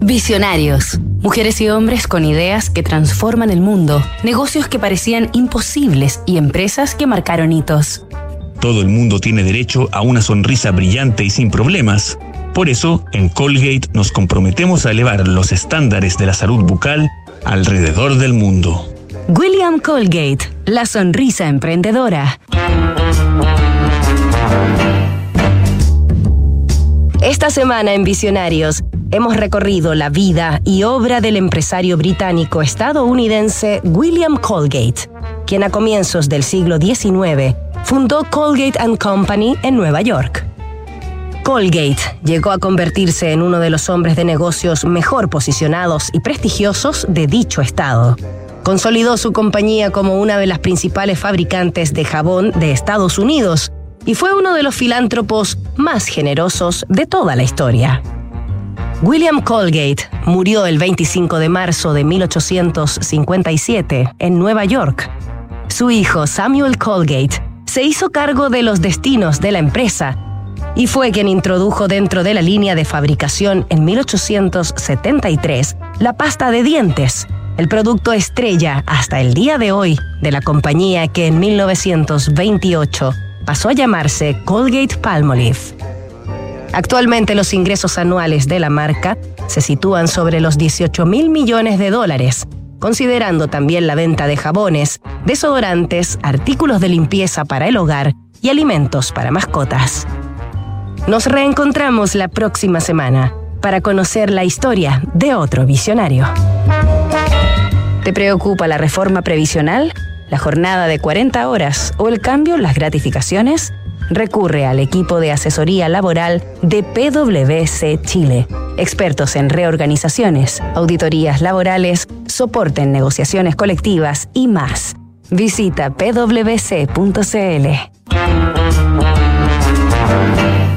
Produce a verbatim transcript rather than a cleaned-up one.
Visionarios. Mujeres y hombres con ideas que transforman el mundo, negocios que parecían imposibles y empresas que marcaron hitos. Todo el mundo tiene derecho a una sonrisa brillante y sin problemas. Por eso, en Colgate nos comprometemos a elevar los estándares de la salud bucal alrededor del mundo. William Colgate, la sonrisa emprendedora. Esta semana en Visionarios hemos recorrido la vida y obra del empresario británico estadounidense William Colgate, quien a comienzos del siglo diecinueve fundó Colgate and Company en Nueva York. Colgate llegó a convertirse en uno de los hombres de negocios mejor posicionados y prestigiosos de dicho estado. Consolidó su compañía como una de las principales fabricantes de jabón de Estados Unidos y fue uno de los filántropos más generosos de toda la historia. William Colgate murió el veinticinco de marzo de mil ochocientos cincuenta y siete en Nueva York. Su hijo Samuel Colgate se hizo cargo de los destinos de la empresa y fue quien introdujo dentro de la línea de fabricación en mil ochocientos setenta y tres la pasta de dientes, el producto estrella hasta el día de hoy de la compañía que en mil novecientos veintiocho pasó a llamarse Colgate-Palmolive. Actualmente los ingresos anuales de la marca se sitúan sobre los dieciocho mil millones de dólares, considerando también la venta de jabones, desodorantes, artículos de limpieza para el hogar y alimentos para mascotas. Nos reencontramos la próxima semana para conocer la historia de otro visionario. ¿Te preocupa la reforma previsional, la jornada de cuarenta horas o el cambio en las gratificaciones? Recurre al equipo de asesoría laboral de P W C Chile. Expertos en reorganizaciones, auditorías laborales, soporte en negociaciones colectivas y más. Visita p w c punto c l.